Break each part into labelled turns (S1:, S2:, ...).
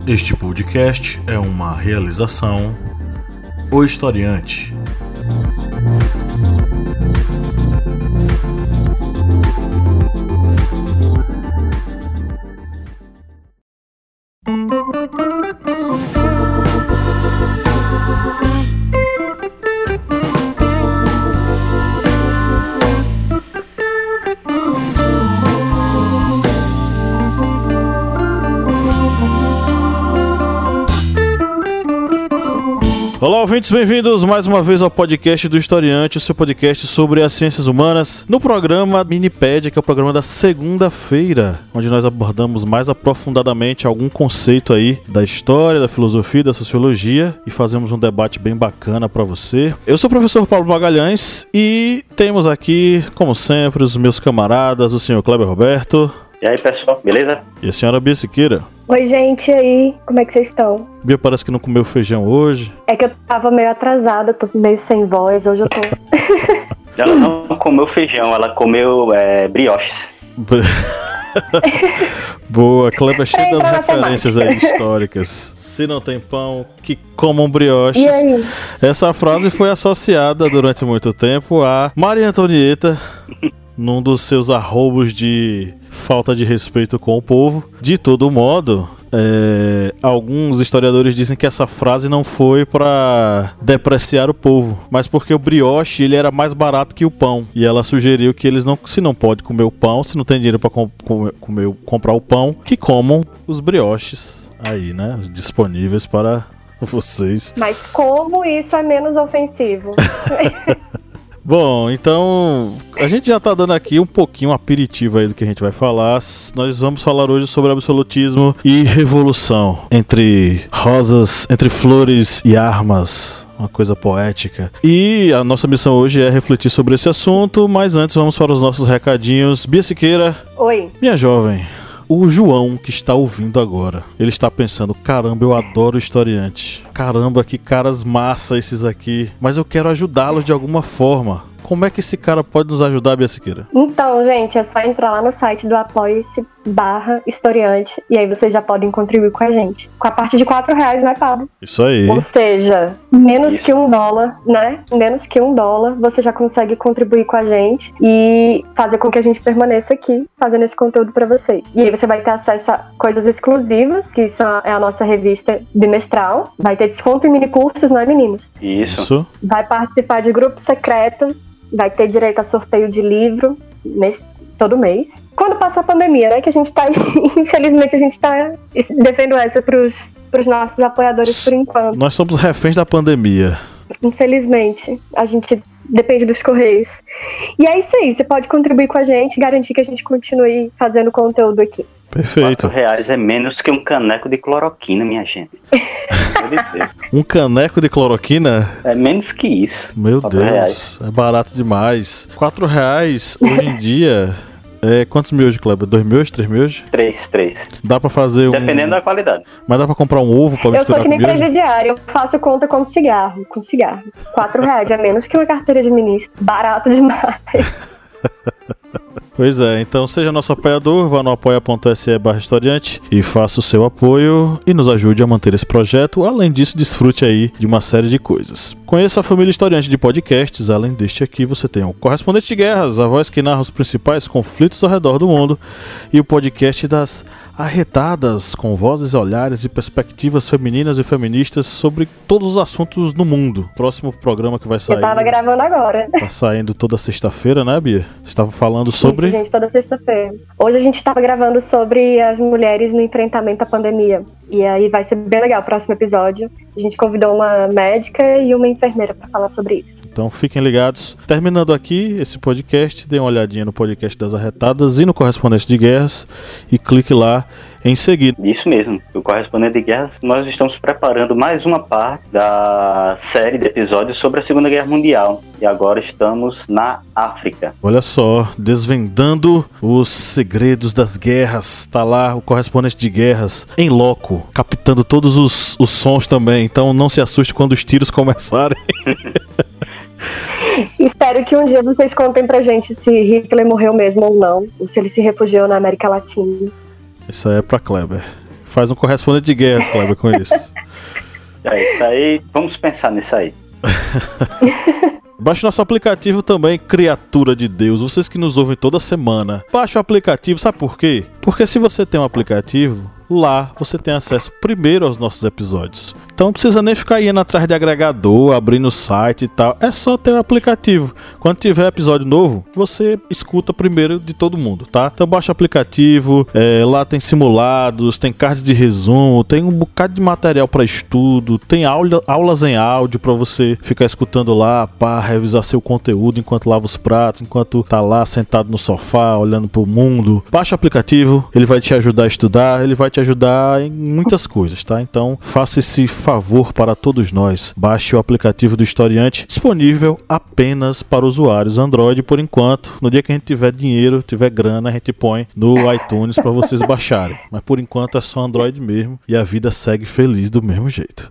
S1: Este podcast é uma realização O Historiante. Olá, ouvintes, bem-vindos mais uma vez ao podcast do Historiante, o seu podcast sobre as ciências humanas, no programa Minipédia, que é o programa da segunda-feira, onde nós abordamos mais aprofundadamente algum conceito aí da história, da filosofia, da sociologia e fazemos um debate bem bacana para você. Eu sou o professor Paulo Magalhães e temos aqui, como sempre, os meus camaradas, o senhor Kleber Roberto.
S2: E aí, pessoal, beleza?
S1: E a senhora Bia Siqueira.
S3: Oi, gente, e aí? Como é que vocês estão?
S1: Bia parece que não comeu feijão hoje.
S3: É que eu tava meio atrasada, tô meio sem voz, hoje eu tô...
S2: Ela não comeu feijão, ela comeu brioches.
S1: Boa, Kleber cheio das referências aí históricas. Se não tem pão, que comam brioches.
S3: E aí?
S1: Essa frase foi associada durante muito tempo a Maria Antonieta, num dos seus arroubos de falta de respeito com o povo. De todo modo, alguns historiadores dizem que essa frase não foi para depreciar o povo, mas porque o brioche ele era mais barato que o pão. E ela sugeriu que eles se não pode comer o pão, se não tem dinheiro para comprar o pão, que comam os brioches aí, né? Disponíveis para vocês.
S3: Mas como isso é menos ofensivo?
S1: Bom, então a gente já tá dando aqui um pouquinho um aperitivo aí do que a gente vai falar. Nós vamos falar hoje sobre absolutismo e revolução, entre rosas, entre flores e armas, uma coisa poética. E a nossa missão hoje é refletir sobre esse assunto, mas antes vamos para os nossos recadinhos. Bia Siqueira.
S3: Oi.
S1: Minha jovem, o João que está ouvindo agora, ele está pensando, caramba, eu adoro o Historiante. Caramba, que caras massa esses aqui. Mas eu quero ajudá-los de alguma forma. Como é que esse cara pode nos ajudar, Bia Siqueira?
S3: Então, gente, é só entrar lá no site do apoia-se/historiante e aí vocês já podem contribuir com a gente. Com a partir de R$4, né, Pablo?
S1: Isso aí.
S3: Ou seja, menos que $1, né? Menos que $1, você já consegue contribuir com a gente e fazer com que a gente permaneça aqui, fazendo esse conteúdo pra vocês. E aí você vai ter acesso a coisas exclusivas, que isso é a nossa revista bimestral. Vai ter desconto em minicursos, não é, meninos?
S2: Isso.
S3: Vai participar de grupo secreto. Vai ter direito a sorteio de livro todo mês. Quando passa a pandemia, né? Que a gente tá... Infelizmente, a gente tá devendo essa pros nossos apoiadores por enquanto.
S1: Nós somos reféns da pandemia.
S3: Infelizmente. A gente depende dos correios. E é isso aí. Você pode contribuir com a gente, garantir que a gente continue fazendo conteúdo aqui.
S1: Perfeito.
S2: R$4 é menos que um caneco de cloroquina, minha gente. Meu Deus.
S1: Um caneco de cloroquina?
S2: É menos que isso.
S1: Meu Deus, é barato demais. R$4 hoje em dia é quantos miojos, Kleber? 2 miojos, 3 miojos?
S2: 3.
S1: Dá pra fazer
S2: Dependendo da qualidade.
S1: Mas dá pra comprar um ovo pra misturar com miojo?
S3: Eu sou que nem presidiário, eu faço conta com cigarro. R$4 é menos que uma carteira de ministro. Barato demais.
S1: Pois é, então seja nosso apoiador, vá no apoia.se/historiante e faça o seu apoio e nos ajude a manter esse projeto. Além disso, desfrute aí de uma série de coisas. Conheça a família Historiante de podcasts. Além deste aqui, você tem o Correspondente de Guerras, a voz que narra os principais conflitos ao redor do mundo, e o podcast das Arretadas, com vozes, olhares e perspectivas femininas e feministas sobre todos os assuntos no mundo. Próximo programa que vai sair.
S3: Eu tava gravando agora.
S1: Tá saindo toda sexta-feira, né, Bia? Você estava falando sobre...
S3: Isso, gente, toda sexta-feira. Hoje a gente tava gravando sobre as mulheres no enfrentamento à pandemia. E aí vai ser bem legal o próximo episódio. A gente convidou uma médica e uma enfermeira pra falar sobre isso.
S1: Então fiquem ligados. Terminando aqui esse podcast, dê uma olhadinha no podcast das Arretadas e no Correspondente de Guerras e clique lá em seguir.
S2: Isso mesmo, o Correspondente de Guerras, nós estamos preparando mais uma parte da série de episódios sobre a Segunda Guerra Mundial. E agora estamos na África.
S1: Olha só, desvendando os segredos das guerras. Tá lá o Correspondente de Guerras em loco, captando todos os sons também. Então não se assuste quando os tiros começarem.
S3: Espero que um dia vocês contem pra gente se Hitler morreu mesmo ou não, ou se ele se refugiou na América Latina.
S1: Isso aí é pra Kleber. Faz um correspondente de guerra, Kleber, com isso.
S2: É isso aí, vamos pensar nisso aí.
S1: Baixe nosso aplicativo também, Criatura de Deus. Vocês que nos ouvem toda semana, baixe o aplicativo, sabe por quê? Porque se você tem um aplicativo, lá você tem acesso primeiro aos nossos episódios. Então não precisa nem ficar indo atrás de agregador, abrindo o site e tal. É só ter o aplicativo. Quando tiver episódio novo, você escuta primeiro de todo mundo, tá? Então baixa o aplicativo, lá tem simulados, tem cards de resumo, tem um bocado de material para estudo, tem aulas em áudio para você ficar escutando lá, para revisar seu conteúdo enquanto lava os pratos, enquanto tá lá sentado no sofá, olhando pro mundo. Baixa o aplicativo, ele vai te ajudar a estudar, ele vai te ajudar em muitas coisas, tá? Então faça esse favor para todos nós. Baixe o aplicativo do Historiante, disponível apenas para usuários Android por enquanto. No dia que a gente tiver dinheiro, tiver grana, a gente põe no iTunes para vocês baixarem. Mas por enquanto é só Android mesmo e a vida segue feliz do mesmo jeito.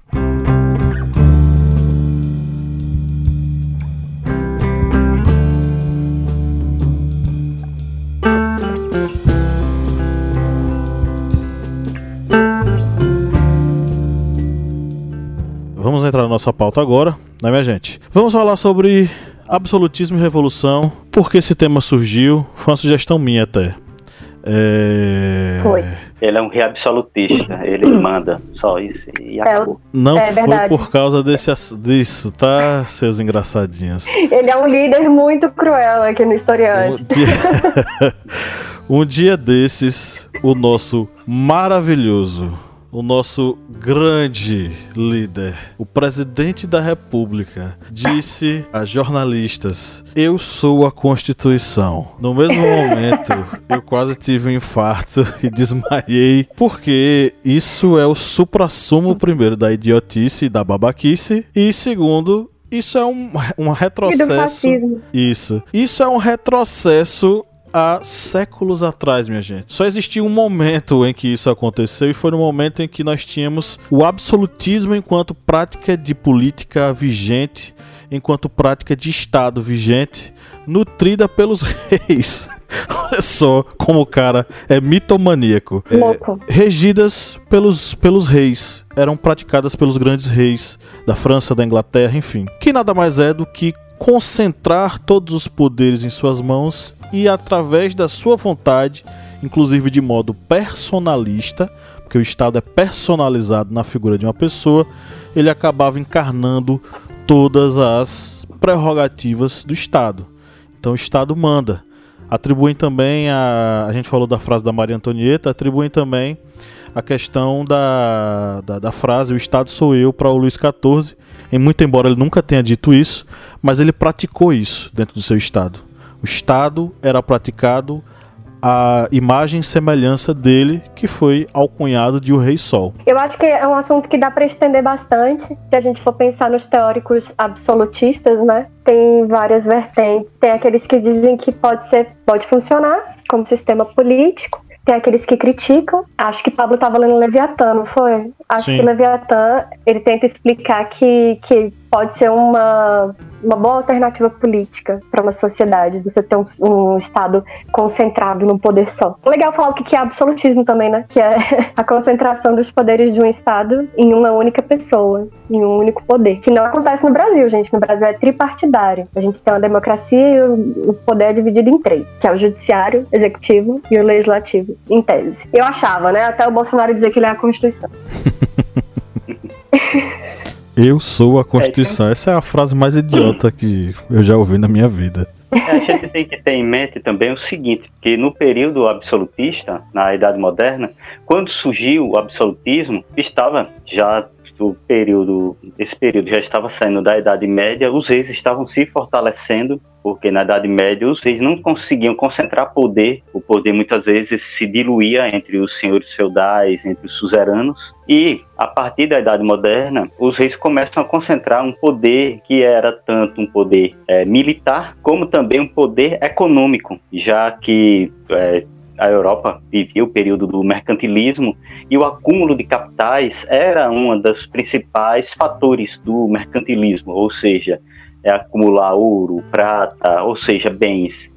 S1: Vamos entrar na nossa pauta agora, né, minha gente? Vamos falar sobre absolutismo e revolução. Por que esse tema surgiu? Foi uma sugestão minha até.
S3: Foi.
S2: Ele é um rei absolutista, ele manda só isso e acabou.
S1: Não foi
S3: verdade.
S1: por causa disso, tá, seus engraçadinhos?
S3: Ele é um líder muito cruel aqui no Historiante.
S1: Um dia desses, o nosso maravilhoso, o nosso grande líder, o presidente da República, disse a jornalistas: eu sou a Constituição. No mesmo momento, eu quase tive um infarto e desmaiei, porque isso é o suprassumo, primeiro, da idiotice e da babaquice, e segundo, isso é um retrocesso.
S3: E do fascismo.
S1: Isso é um retrocesso há séculos atrás, minha gente. Só existia um momento em que isso aconteceu, e foi no momento em que nós tínhamos o absolutismo enquanto prática de política vigente, enquanto prática de Estado vigente, nutrida pelos reis. Olha só como o cara é mitomaníaco. Regidas pelos reis. Eram praticadas pelos grandes reis da França, da Inglaterra, enfim. Que nada mais é do que concentrar todos os poderes em suas mãos e, através da sua vontade, inclusive de modo personalista, porque o Estado é personalizado na figura de uma pessoa, ele acabava encarnando todas as prerrogativas do Estado. Então o Estado manda. Atribuem também, a gente falou da frase da Maria Antonieta, atribuem também a questão da frase "o Estado sou eu" para o Luís XIV, muito embora ele nunca tenha dito isso, mas ele praticou isso dentro do seu Estado. O Estado era praticado a imagem e semelhança dele, que foi alcunhado de o Rei Sol.
S3: Eu acho que é um assunto que dá para estender bastante, se a gente for pensar nos teóricos absolutistas, né? Tem várias vertentes. Tem aqueles que dizem que pode funcionar como sistema político. Tem aqueles que criticam. Acho que Pablo estava lendo Leviatã, não foi? Acho
S1: Sim.
S3: que Leviatã, ele tenta explicar que pode ser uma boa alternativa política para uma sociedade, você ter um Estado concentrado num poder só. Legal falar o que é absolutismo também, né? Que é a concentração dos poderes de um Estado em uma única pessoa, em um único poder. Que não acontece no Brasil, gente. No Brasil é tripartidário. A gente tem uma democracia e o poder é dividido em três, que é o judiciário, executivo e o legislativo, em tese. Eu achava, né? Até o Bolsonaro dizer que ele é a Constituição.
S1: Eu sou a Constituição. Essa é a frase mais idiota que eu já ouvi na minha vida.
S2: A gente tem que ter em mente também o seguinte, que no período absolutista, na Idade Moderna, quando surgiu o absolutismo, estava já esse período já estava saindo da Idade Média, os reis estavam se fortalecendo, porque na Idade Média os reis não conseguiam concentrar poder, o poder muitas vezes se diluía entre os senhores feudais, entre os suzeranos, e a partir da Idade Moderna, os reis começam a concentrar um poder que era tanto um poder militar, como também um poder econômico, já que a Europa vivia o período do mercantilismo e o acúmulo de capitais era um dos principais fatores do mercantilismo, ou seja, acumular ouro, prata, ou seja, bens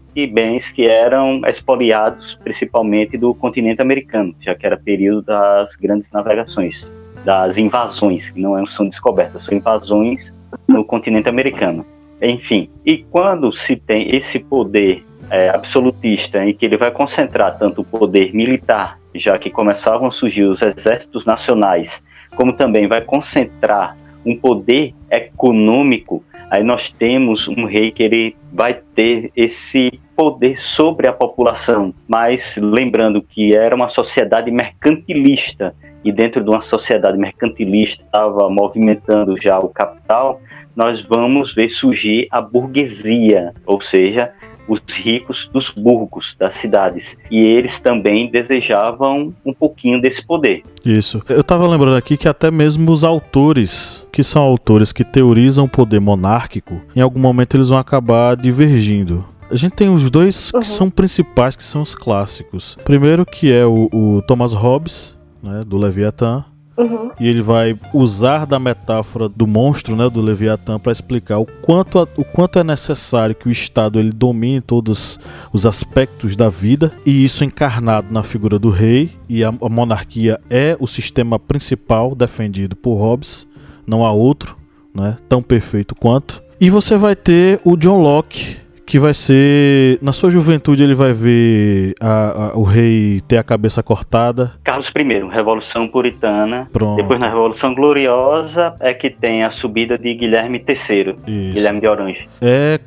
S2: e bens que eram expoliados principalmente do continente americano, já que era período das grandes navegações, das invasões, que não são descobertas, são invasões no continente americano. Enfim, e quando se tem esse poder absolutista, em que ele vai concentrar tanto o poder militar, já que começavam a surgir os exércitos nacionais, como também vai concentrar um poder econômico, aí nós temos um rei que ele vai ter esse poder sobre a população, mas lembrando que era uma sociedade mercantilista, e dentro de uma sociedade mercantilista estava movimentando já o capital, nós vamos ver surgir a burguesia, ou seja, os ricos dos burgos das cidades, e eles também desejavam um pouquinho desse poder.
S1: Isso. Eu tava lembrando aqui que até mesmo os autores, que são autores que teorizam o poder monárquico, em algum momento eles vão acabar divergindo. A gente tem os dois que são principais, que são os clássicos. Primeiro que é o Thomas Hobbes, né, do Leviatã. E ele vai usar da metáfora do monstro, né, do Leviatã, para explicar o quanto é necessário que o Estado ele domine todos os aspectos da vida, e isso encarnado na figura do rei, e a monarquia é o sistema principal defendido por Hobbes, não há outro, né, tão perfeito quanto. E você vai ter o John Locke, que vai ser... Na sua juventude ele vai ver o rei ter a cabeça cortada.
S2: Carlos I, Revolução Puritana.
S1: Pronto.
S2: Depois na Revolução Gloriosa é que tem a subida de Guilherme III. Isso. Guilherme de Orange.
S1: É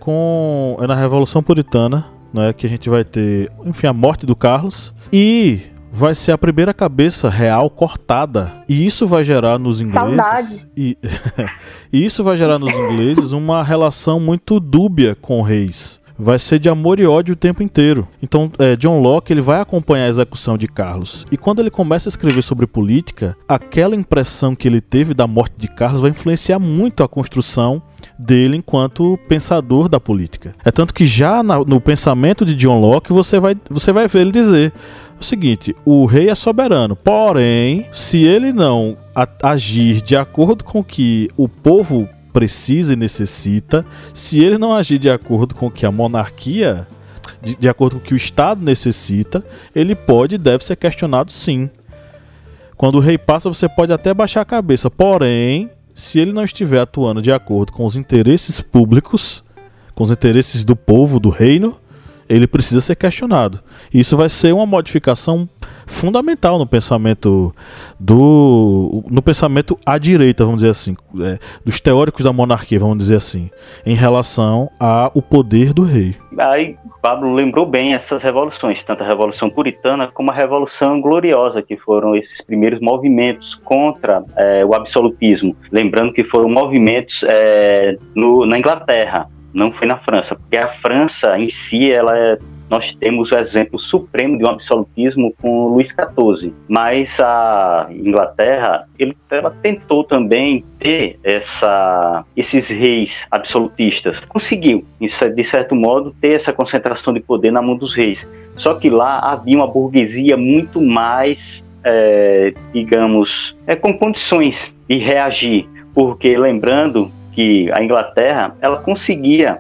S1: na Revolução Puritana, né, que a gente vai ter, enfim, a morte do Carlos. E vai ser a primeira cabeça real cortada. E isso vai gerar nos ingleses...
S3: Saudade.
S1: E isso vai gerar nos ingleses uma relação muito dúbia com reis. Vai ser de amor e ódio o tempo inteiro. Então, John Locke ele vai acompanhar a execução de Carlos. E quando ele começa a escrever sobre política, aquela impressão que ele teve da morte de Carlos vai influenciar muito a construção dele enquanto pensador da política. É tanto que já no pensamento de John Locke você vai ver ele dizer o seguinte: o rei é soberano, porém, se ele não agir de acordo com o que o povo precisa e necessita, se ele não agir de acordo com o que a monarquia, de acordo com o que o Estado necessita, ele pode e deve ser questionado, sim. Quando o rei passa, você pode até baixar a cabeça, porém, se ele não estiver atuando de acordo com os interesses públicos, com os interesses do povo, do reino, ele precisa ser questionado. Isso vai ser uma modificação fundamental no pensamento à direita, vamos dizer assim, dos teóricos da monarquia, vamos dizer assim, em relação ao poder do rei.
S2: Aí Pablo lembrou bem essas revoluções, tanto a Revolução Puritana como a Revolução Gloriosa, que foram esses primeiros movimentos contra o absolutismo. Lembrando que foram movimentos na Inglaterra, não foi na França, porque a França em si, nós temos o exemplo supremo de um absolutismo com Luís XIV, mas a Inglaterra, ela tentou também ter esses reis absolutistas, conseguiu, de certo modo, ter essa concentração de poder na mão dos reis, só que lá havia uma burguesia muito mais, digamos, com condições de reagir, porque lembrando que a Inglaterra ela conseguia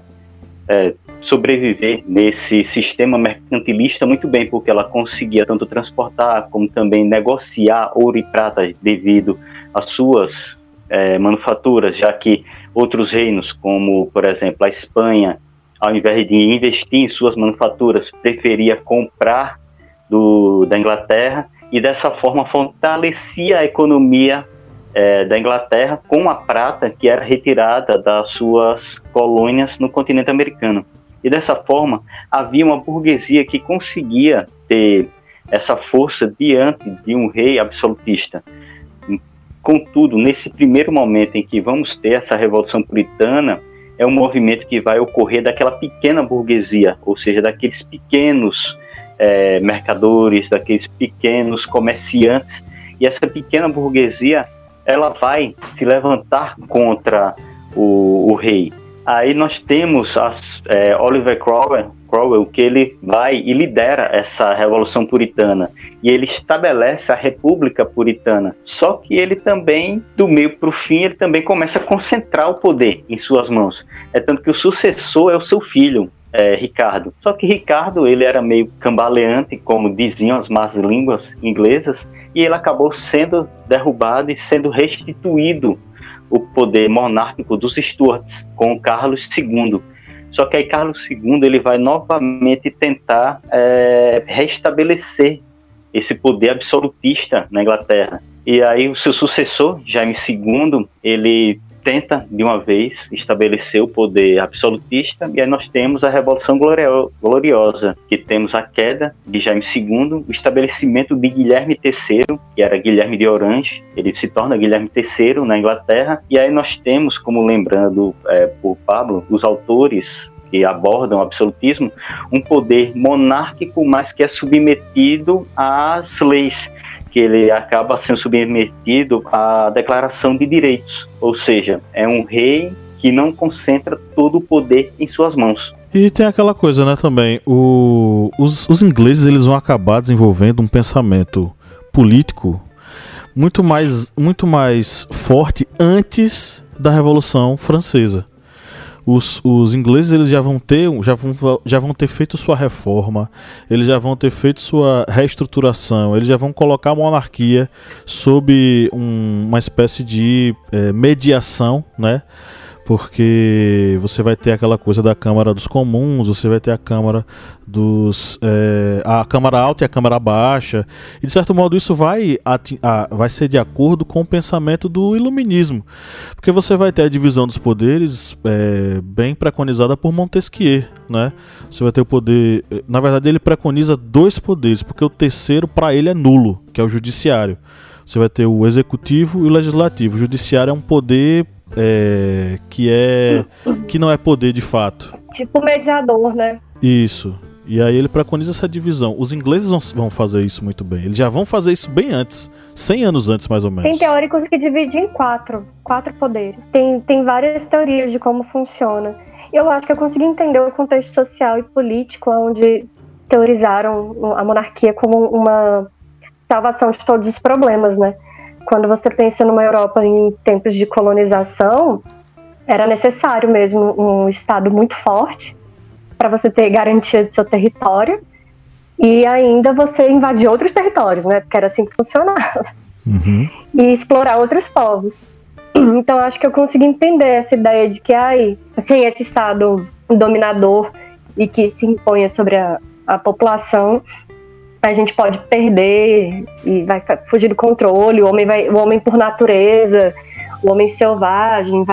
S2: sobreviver nesse sistema mercantilista muito bem, porque ela conseguia tanto transportar como também negociar ouro e prata devido às suas manufaturas, já que outros reinos, como por exemplo a Espanha, ao invés de investir em suas manufaturas, preferia comprar da Inglaterra, e dessa forma fortalecia a economia da Inglaterra com a prata que era retirada das suas colônias no continente americano. E dessa forma havia uma burguesia que conseguia ter essa força diante de um rei absolutista. Contudo, nesse primeiro momento em que vamos ter essa Revolução Puritana, é um movimento que vai ocorrer daquela pequena burguesia, ou seja, daqueles pequenos mercadores, daqueles pequenos comerciantes, e essa pequena burguesia ela vai se levantar contra o rei. Aí nós temos Oliver Cromwell, que ele vai e lidera essa Revolução Puritana, e ele estabelece a República Puritana. Só que ele também, do meio para o fim, ele também começa a concentrar o poder em suas mãos. É tanto que o sucessor é o seu filho, Ricardo. Só que Ricardo, ele era meio cambaleante, como diziam as más línguas inglesas, e ele acabou sendo derrubado e sendo restituído o poder monárquico dos Stuarts com Carlos II. Só que aí Carlos II ele vai novamente tentar restabelecer esse poder absolutista na Inglaterra. E aí o seu sucessor, Jaime II, ele tenta de uma vez estabelecer o poder absolutista, e aí nós temos a Revolução Gloriosa, que temos a queda de Jaime II, o estabelecimento de Guilherme III, que era Guilherme de Orange, ele se torna Guilherme III na Inglaterra, e aí nós temos, como lembrando por Pablo, os autores que abordam o absolutismo, um poder monárquico, mas que é submetido às leis, que ele acaba sendo submetido à Declaração de Direitos, ou seja, é um rei que não concentra todo o poder em suas mãos.
S1: E tem aquela coisa, né, também, os ingleses eles vão acabar desenvolvendo um pensamento político muito mais forte antes da Revolução Francesa. Os ingleses eles já vão ter feito sua reforma, eles já vão ter feito sua reestruturação, eles já vão colocar a monarquia sob uma espécie de mediação, né? Porque você vai ter aquela coisa da Câmara dos Comuns, você vai ter a Câmara a Câmara Alta e a Câmara Baixa, e de certo modo isso vai ser de acordo com o pensamento do Iluminismo, porque você vai ter a divisão dos poderes bem preconizada por Montesquieu, né? Você vai ter o poder, na verdade ele preconiza 2 poderes, porque o terceiro para ele é nulo, que é o judiciário. Você vai ter o executivo e o legislativo. O judiciário é um poder que não é poder de fato.
S3: Tipo mediador, né?
S1: Isso. E aí ele preconiza essa divisão. Os ingleses vão fazer isso muito bem. Eles já vão fazer isso bem antes. 100 anos antes, mais ou menos.
S3: Tem teóricos que dividem em 4 poderes. Tem várias teorias de como funciona. Eu acho que eu consegui entender o contexto social e político, onde teorizaram a monarquia como uma salvação de todos os problemas, né? Quando você pensa numa Europa em tempos de colonização, era necessário mesmo um Estado muito forte para você ter garantia do seu território e ainda você invadir outros territórios, né? Porque era assim que funcionava.
S1: Uhum.
S3: E explorar outros povos. Então acho que eu consegui entender essa ideia de que assim, esse Estado dominador e que se imponha sobre a população, a gente pode perder e vai fugir do controle. O homem por natureza, o homem selvagem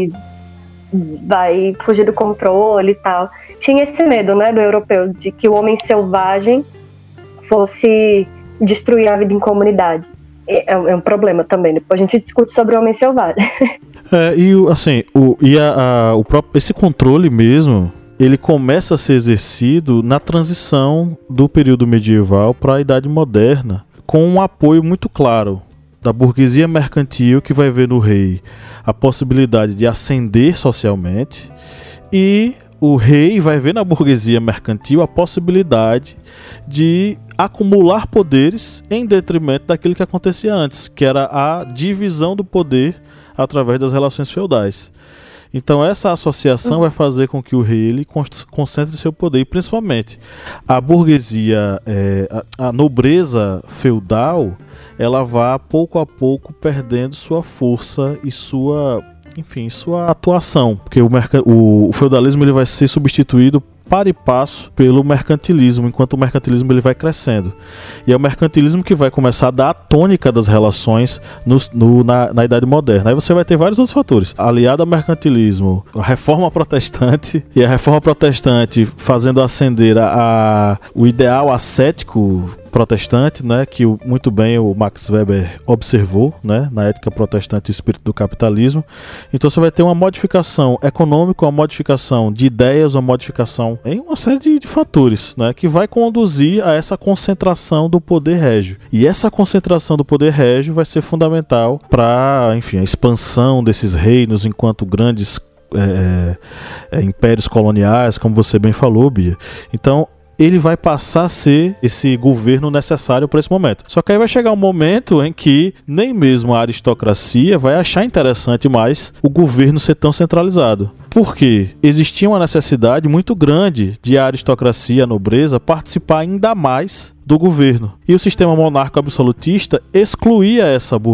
S3: vai fugir do controle e tal. Tinha esse medo, né, do europeu, de que o homem selvagem fosse destruir a vida em comunidade. É um problema também. Depois a gente discute sobre o homem selvagem.
S1: Esse controle mesmo, ele começa a ser exercido na transição do período medieval para a Idade Moderna, com um apoio muito claro da burguesia mercantil, que vai ver no rei a possibilidade de ascender socialmente, e o rei vai ver na burguesia mercantil a possibilidade de acumular poderes em detrimento daquilo que acontecia antes, que era a divisão do poder através das relações feudais. Então essa associação vai fazer com que o rei ele concentre seu poder, e principalmente a burguesia, a nobreza feudal, ela vá pouco a pouco perdendo sua força e sua atuação, porque o feudalismo ele vai ser substituído para e passo pelo mercantilismo, enquanto o mercantilismo ele vai crescendo. E é o mercantilismo que vai começar a dar a tônica das relações na Idade Moderna. Aí você vai ter vários outros fatores. Aliado ao mercantilismo, a reforma protestante, e a reforma protestante fazendo ascender o ideal ascético protestante, né, que muito bem o Max Weber observou, né, na Ética Protestante e o Espírito do Capitalismo. Então você vai ter uma modificação econômica, uma modificação de ideias, uma modificação em uma série de fatores, né, que vai conduzir a essa concentração do poder régio. E essa concentração do poder régio vai ser fundamental para, enfim, a expansão desses reinos enquanto grandes impérios coloniais, como você bem falou, Bia. Então, ele vai passar a ser esse governo necessário para esse momento. Só que aí vai chegar um momento em que nem mesmo a aristocracia vai achar interessante mais o governo ser tão centralizado. Por quê? Existia uma necessidade muito grande de a aristocracia, a nobreza, participar ainda mais do governo. E o sistema monárquico absolutista excluía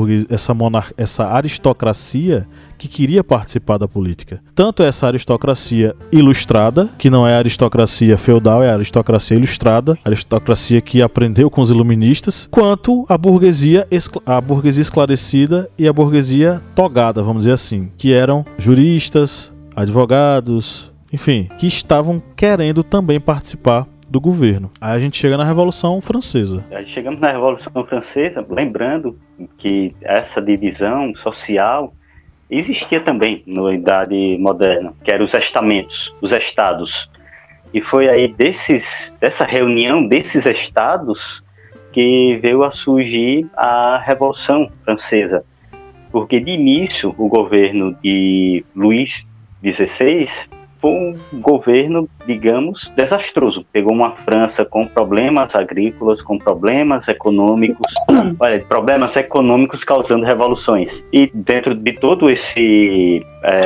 S1: essa aristocracia que queria participar da política. Tanto essa aristocracia ilustrada, que não é a aristocracia feudal, é a aristocracia ilustrada, a aristocracia que aprendeu com os iluministas, quanto a burguesia esclarecida e a burguesia togada, vamos dizer assim, que eram juristas, advogados, enfim, que estavam querendo também participar do governo. Aí a gente chega na Revolução Francesa.
S2: Chegamos na Revolução Francesa, lembrando que essa divisão social existia também na Idade Moderna, que eram os estamentos, os estados. E foi aí dessa reunião desses estados que veio a surgir a Revolução Francesa. Porque de início o governo de Luís XVI foi um governo, digamos, desastroso. Pegou uma França com problemas agrícolas, com problemas econômicos, problemas econômicos causando revoluções. E dentro de todo esse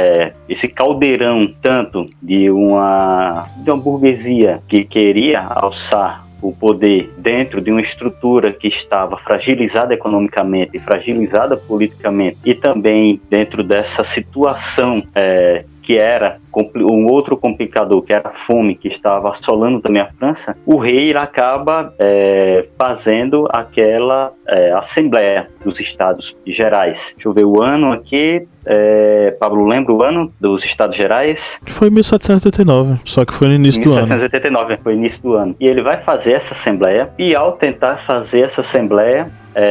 S2: caldeirão, tanto de uma burguesia que queria alçar o poder dentro de uma estrutura que estava fragilizada economicamente, fragilizada politicamente, e também dentro dessa situação que era um outro complicador, que era a fome, que estava assolando também a França, o rei ele acaba fazendo aquela Assembleia dos Estados Gerais. Deixa eu ver o ano aqui. Pablo, lembra o ano dos Estados Gerais?
S1: Foi 1789, só que foi no início do ano.
S2: 1789, foi no início do ano. E ele vai fazer essa Assembleia, e ao tentar fazer essa Assembleia,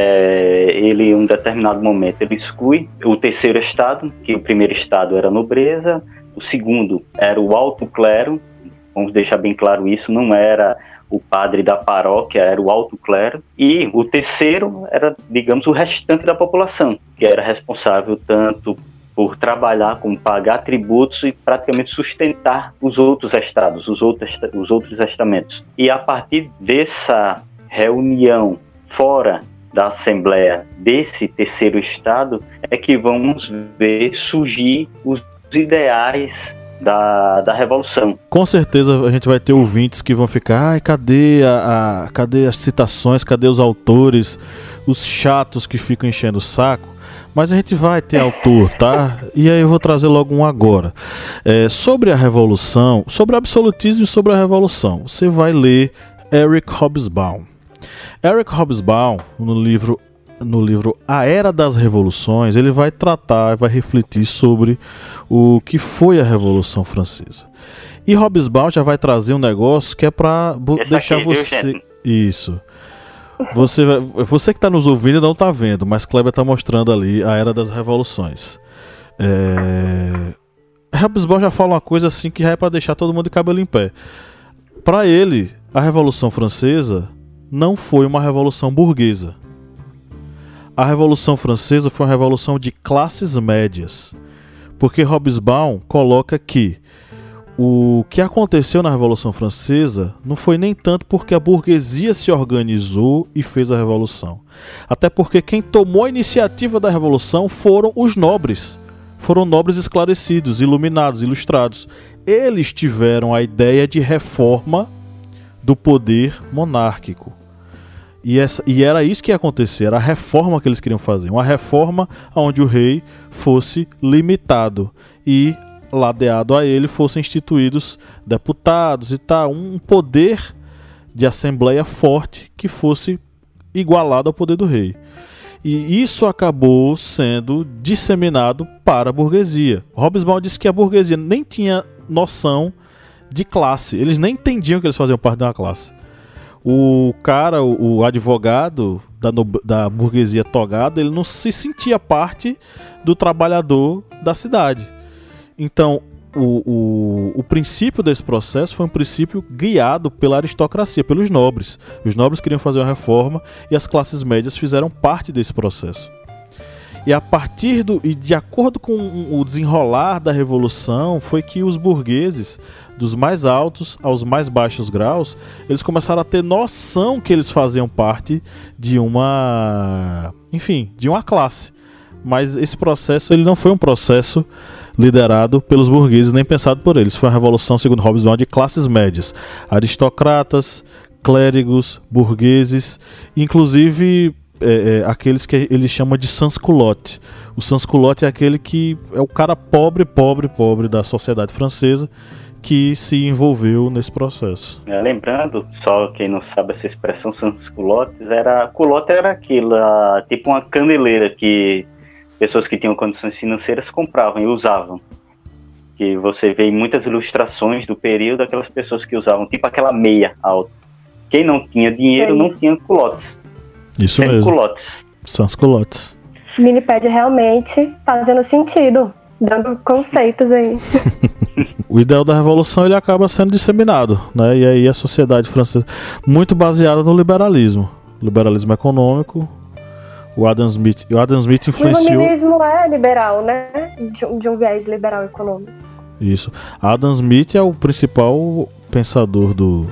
S2: ele, em um determinado momento, ele exclui o terceiro estado, que o primeiro estado era a nobreza, o segundo era o alto clero, vamos deixar bem claro isso, não era o padre da paróquia, era o alto clero, e o terceiro era, digamos, o restante da população, que era responsável tanto por trabalhar como pagar tributos e praticamente sustentar os outros estados, os outros estamentos. E a partir dessa reunião fora da Assembleia desse terceiro estado é que vamos ver surgir os ideais da Revolução.
S1: Com certeza a gente vai ter ouvintes que vão ficar, cadê as citações, cadê os autores, os chatos que ficam enchendo o saco? Mas a gente vai ter autor, tá? E aí eu vou trazer logo um agora. Sobre a Revolução, sobre o absolutismo e sobre a Revolução, você vai ler Eric Hobsbawm. Eric Hobsbawm, no livro A Era das Revoluções, ele vai refletir sobre o que foi a Revolução Francesa. E Hobsbawm já vai trazer um negócio que é para deixar você... Isso. Você que está nos ouvindo não está vendo, mas Kleber está mostrando ali a Era das Revoluções. Hobsbawm já fala uma coisa assim que já é para deixar todo mundo de cabelo em pé. Para ele, a Revolução Francesa não foi uma revolução burguesa. A Revolução Francesa foi uma revolução de classes médias. Porque Hobsbawm coloca que o que aconteceu na Revolução Francesa não foi nem tanto porque a burguesia se organizou e fez a revolução. Até porque quem tomou a iniciativa da revolução foram os nobres. Foram nobres esclarecidos, iluminados, ilustrados. Eles tiveram a ideia de reforma do poder monárquico. E era isso que ia acontecer, era a reforma que eles queriam fazer. Uma reforma onde o rei fosse limitado e, ladeado a ele, fossem instituídos deputados e tal. Um poder de assembleia forte que fosse igualado ao poder do rei. E isso acabou sendo disseminado para a burguesia. Hobsbawm disse que a burguesia nem tinha noção de classe. Eles nem entendiam que eles faziam parte de uma classe. O advogado da burguesia togada, ele não se sentia parte do trabalhador da cidade. Então, o princípio desse processo foi um princípio guiado pela aristocracia, pelos nobres. Os nobres queriam fazer uma reforma e as classes médias fizeram parte desse processo. E a partir e de acordo com o desenrolar da Revolução, foi que os burgueses, dos mais altos aos mais baixos graus, eles começaram a ter noção que eles faziam parte de uma classe. Mas esse processo, ele não foi um processo liderado pelos burgueses, nem pensado por eles. Foi uma revolução, segundo Hobsbawm, de classes médias. Aristocratas, clérigos, burgueses, inclusive aqueles que eles chamam de sans-culotte. O sans-culotte é aquele que é o cara pobre da sociedade francesa, que se envolveu nesse processo.
S2: Lembrando, só quem não sabe essa expressão sans-culottes, culotte era aquilo, tipo uma caneleira que pessoas que tinham condições financeiras compravam e usavam. Que você vê em muitas ilustrações do período, aquelas pessoas que usavam tipo aquela meia alta. Quem não tinha dinheiro não tinha culottes.
S1: Isso mesmo.
S2: Culottes.
S1: Sans-culottes.
S3: Minipédia realmente fazendo sentido, dando conceitos aí.
S1: O ideal da revolução, ele acaba sendo disseminado, né? E aí a sociedade francesa, muito baseada no liberalismo econômico. O Adam Smith influenciou...
S3: O iluminismo é liberal, né? De um viés liberal econômico.
S1: Isso. Adam Smith é o principal pensador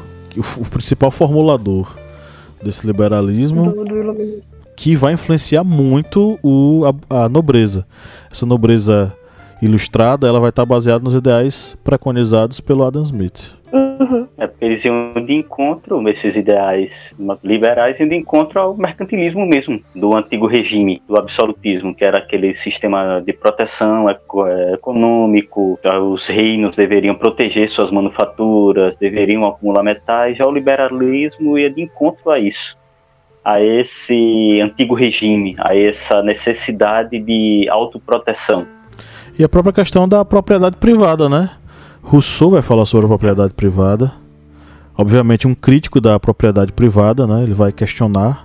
S1: o principal formulador desse liberalismo,
S3: do iluminismo,
S1: que vai influenciar muito a nobreza. Essa nobreza ilustrada, ela vai estar baseada nos ideais preconizados pelo Adam Smith.
S3: Uhum.
S2: Porque eles iam de encontro, esses ideais liberais, iam de encontro ao mercantilismo mesmo, do antigo regime, do absolutismo, que era aquele sistema de proteção econômico, os reinos deveriam proteger suas manufaturas, deveriam acumular metais. Já o liberalismo ia de encontro a isso, a esse antigo regime, a essa necessidade de autoproteção.
S1: E a própria questão da propriedade privada, né? Rousseau vai falar sobre a propriedade privada. Obviamente um crítico da propriedade privada, né? Ele vai questionar.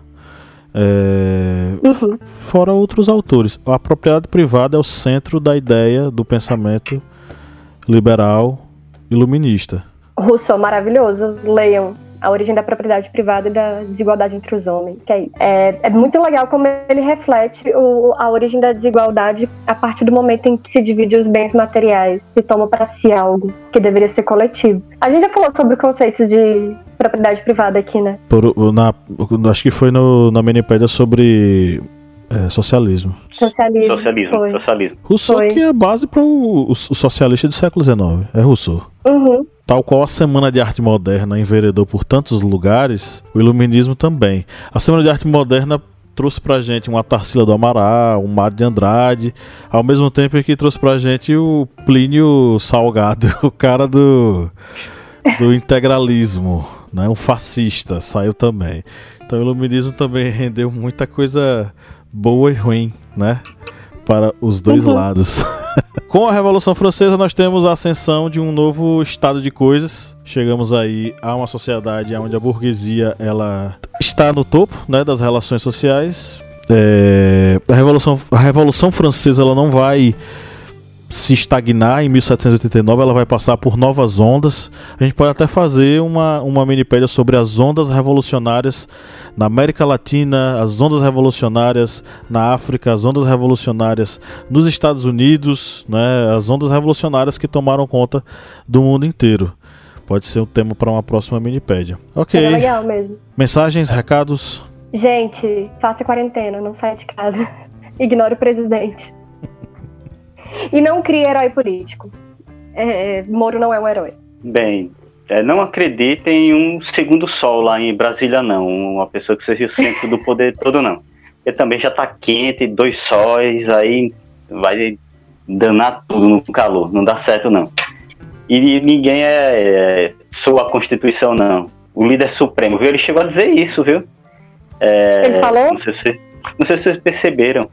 S1: Fora outros autores. A propriedade privada é o centro da ideia do pensamento liberal iluminista.
S3: Rousseau, maravilhoso. Leiam A Origem da Propriedade Privada e da Desigualdade entre os Homens. Que é muito legal como ele reflete a origem da desigualdade a partir do momento em que se divide os bens materiais, se toma para si algo que deveria ser coletivo. A gente já falou sobre conceitos de propriedade privada aqui, né?
S1: Acho que foi na Minipédia sobre socialismo.
S2: Socialismo.
S1: Rousseau que é a base para o socialista do século XIX. É Rousseau.
S3: Uhum.
S1: Tal qual a Semana de Arte Moderna enveredou por tantos lugares, o iluminismo também. A Semana de Arte Moderna trouxe pra gente uma Tarsila do Amaral, um Mário de Andrade, ao mesmo tempo que trouxe pra gente o Plínio Salgado, o cara do integralismo, né? Um fascista, saiu também. Então o iluminismo também rendeu muita coisa boa e ruim, né? Para os dois lados. Com a Revolução Francesa, nós temos a ascensão de um novo estado de coisas. Chegamos aí a uma sociedade onde a burguesia ela está no topo, né, das relações sociais. A Revolução Francesa ela não vai se estagnar em 1789, ela vai passar por novas ondas. A gente pode até fazer uma minipédia sobre as ondas revolucionárias na América Latina, as ondas revolucionárias na África, as ondas revolucionárias nos Estados Unidos, né, as ondas revolucionárias que tomaram conta do mundo inteiro. Pode ser um tema para uma próxima minipédia. Ok.
S3: É legal mesmo.
S1: Mensagens, recados?
S3: Gente, faça quarentena, não saia de casa. Ignore o presidente. E não crie herói político. Moro não é um herói.
S2: Bem, não acreditem em um segundo sol lá em Brasília, não. Uma pessoa que seja o centro do poder todo, não. Porque também já tá quente, 2 sóis, aí vai danar tudo no calor. Não dá certo, não. E ninguém sou a Constituição, não. O líder supremo, viu? Ele chegou a dizer isso, viu?
S3: Ele falou?
S2: Não sei se vocês perceberam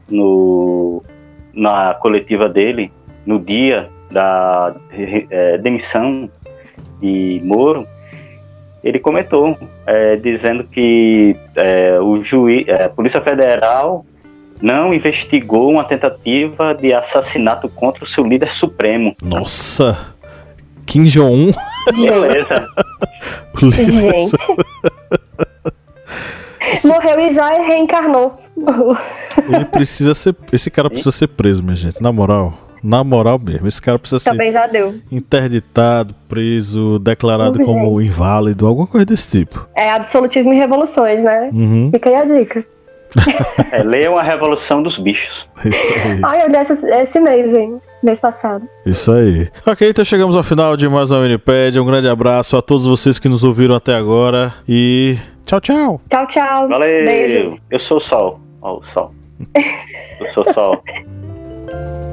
S2: na coletiva dele, no dia da demissão de Moro, ele comentou, dizendo que a Polícia Federal não investigou uma tentativa de assassinato contra o seu líder supremo.
S1: Nossa! Kim Jong-un?
S2: Beleza.
S3: Gente. Morreu e já reencarnou.
S1: Ele precisa ser. Esse cara precisa ser preso, minha gente. Na moral. Na moral mesmo. Esse cara precisa
S3: Também
S1: ser
S3: já deu.
S1: interditado, preso, declarado como inválido, alguma coisa desse tipo.
S3: É absolutismo e revoluções, né?
S1: Uhum.
S3: Fica aí a dica.
S2: Leiam A Revolução dos Bichos.
S1: Isso aí.
S3: Ai, eu li esse mês, hein? Mês passado.
S1: Isso aí. Ok, então chegamos ao final de mais uma Minipédia. Um grande abraço a todos vocês que nos ouviram até agora. E tchau, tchau.
S3: Tchau, tchau.
S2: Valeu.
S3: Beijos.
S2: Eu sou o Sol. Ó, o Sol. Eu sou o Sol.